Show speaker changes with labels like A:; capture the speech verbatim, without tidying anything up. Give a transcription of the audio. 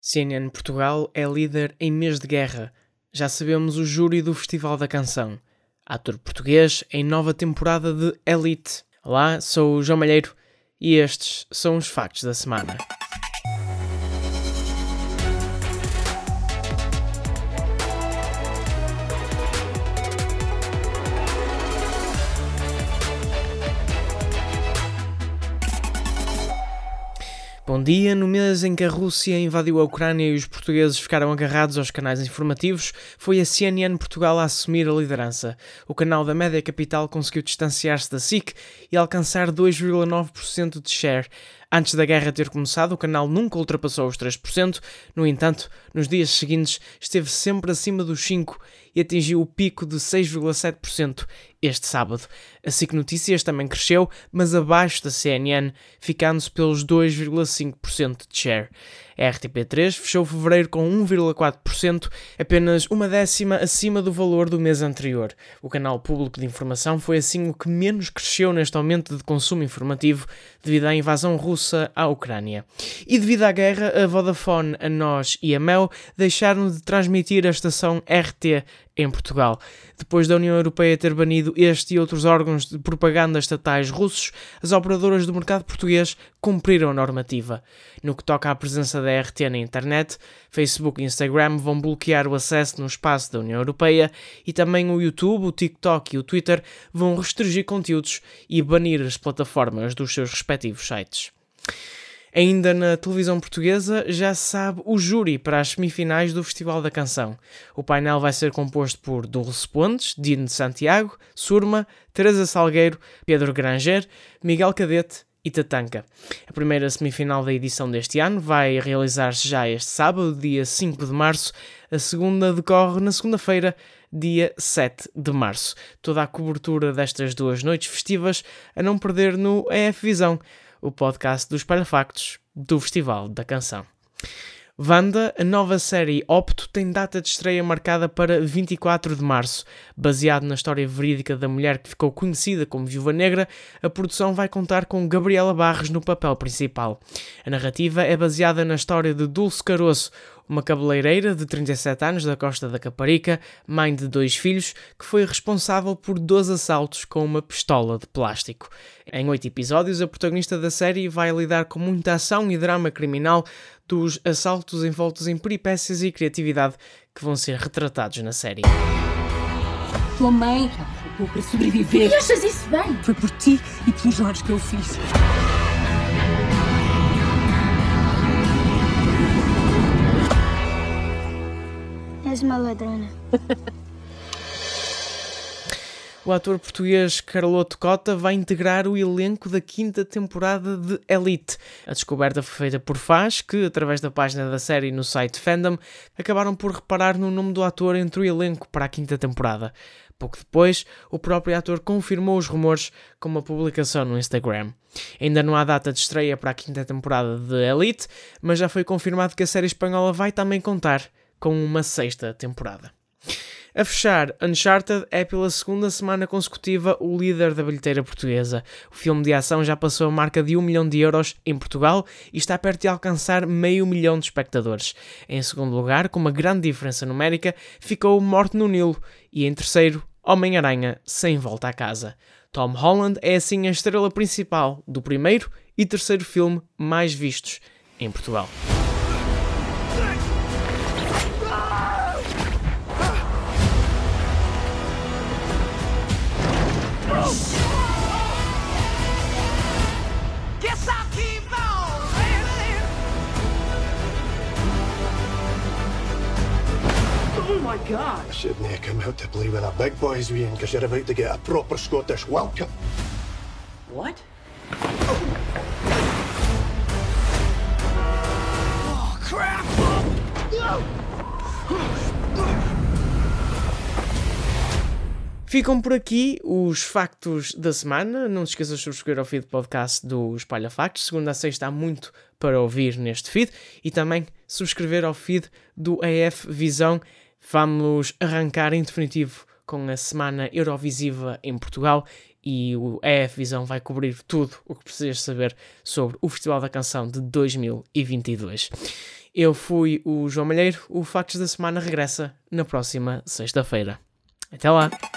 A: C N N Portugal é líder em mês de guerra. Já sabemos o júri do Festival da Canção. Ator português em nova temporada de Elite. Olá, sou o João Malheiro e estes são os factos da semana. Bom dia. No mês em que a Rússia invadiu a Ucrânia e os portugueses ficaram agarrados aos canais informativos, foi a C N N Portugal a assumir a liderança. O canal da Média Capital conseguiu distanciar-se da S I C e alcançar dois vírgula nove por cento de share. Antes da guerra ter começado, o canal nunca ultrapassou os três por cento, no entanto, nos dias seguintes esteve sempre acima dos cinco por cento e atingiu o pico de seis vírgula sete por cento este sábado. A S I C Notícias também cresceu, mas abaixo da C N N, ficando-se pelos dois vírgula cinco por cento de share. A R T P três fechou fevereiro com um vírgula quatro por cento, apenas uma décima acima do valor do mês anterior. O canal público de informação foi assim o que menos cresceu neste aumento de consumo informativo devido à invasão russa à Ucrânia. E devido à guerra, a Vodafone, a Nós e a Mel deixaram de transmitir a estação R T em Portugal. Depois da União Europeia ter banido este e outros órgãos de propaganda estatais russos, as operadoras do mercado português cumpriram a normativa. No que toca à presença da R T na internet, Facebook e Instagram vão bloquear o acesso no espaço da União Europeia e também o YouTube, o TikTok e o Twitter vão restringir conteúdos e banir as plataformas dos seus respectivos sites. Ainda na televisão portuguesa, já se sabe o júri para as semifinais do Festival da Canção. O painel vai ser composto por Dulce Pontes, Dino de Santiago, Surma, Teresa Salgueiro, Pedro Granger, Miguel Cadete e Tatanka. A primeira semifinal da edição deste ano vai realizar-se já este sábado, dia cinco de março. A segunda decorre na segunda-feira, dia sete de março. Toda a cobertura destas duas noites festivas a não perder no E F Visão, o podcast dos Espalha-Factos do Festival da Canção. Wanda, a nova série Opto, tem data de estreia marcada para vinte e quatro de março. Baseado na história verídica da mulher que ficou conhecida como Viúva Negra, a produção vai contar com Gabriela Barros no papel principal. A narrativa é baseada na história de Dulce Caroço, uma cabeleireira de trinta e sete anos da Costa da Caparica, mãe de dois filhos, que foi responsável por doze assaltos com uma pistola de plástico. Em oito episódios, a protagonista da série vai lidar com muita ação e drama criminal dos assaltos envoltos em peripécias e criatividade que vão ser retratados na série.
B: Tua mãe já lutou para sobreviver.
C: E achas isso bem?
B: Foi por ti e pelos Jorge que eu fiz.
C: És uma ladrona.
A: O ator português Carloto Cota vai integrar o elenco da quinta temporada de Elite. A descoberta foi feita por fãs que, através da página da série no site Fandom, acabaram por reparar no nome do ator entre o elenco para a quinta temporada. Pouco depois, o próprio ator confirmou os rumores com uma publicação no Instagram. Ainda não há data de estreia para a quinta temporada de Elite, mas já foi confirmado que a série espanhola vai também contar com uma sexta temporada. A fechar, Uncharted é pela segunda semana consecutiva o líder da bilheteira portuguesa. O filme de ação já passou a marca de um milhão de euros em Portugal e está perto de alcançar meio milhão de espectadores. Em segundo lugar, com uma grande diferença numérica, ficou Morte no Nilo e em terceiro, Homem-Aranha Sem Volta à Casa. Tom Holland é assim a estrela principal do primeiro e terceiro filme mais vistos em Portugal.
B: Oh my God!
D: I shouldn't have come out to play with the big boys, Ian, because you're about to get a proper Scottish welcome.
B: What?
D: Oh, crap!
A: Ficam por aqui os factos da semana. Não te esqueças de subscrever ao feed podcast do Espalha Factos. Segunda a sexta há muito para ouvir neste feed. E também subscrever ao feed do E F Visão. Vamos arrancar em definitivo com a Semana Eurovisiva em Portugal e o E F Visão vai cobrir tudo o que precisas saber sobre o Festival da Canção de dois mil e vinte e dois. Eu fui o João Malheiro, o Factos da Semana regressa na próxima sexta-feira. Até lá!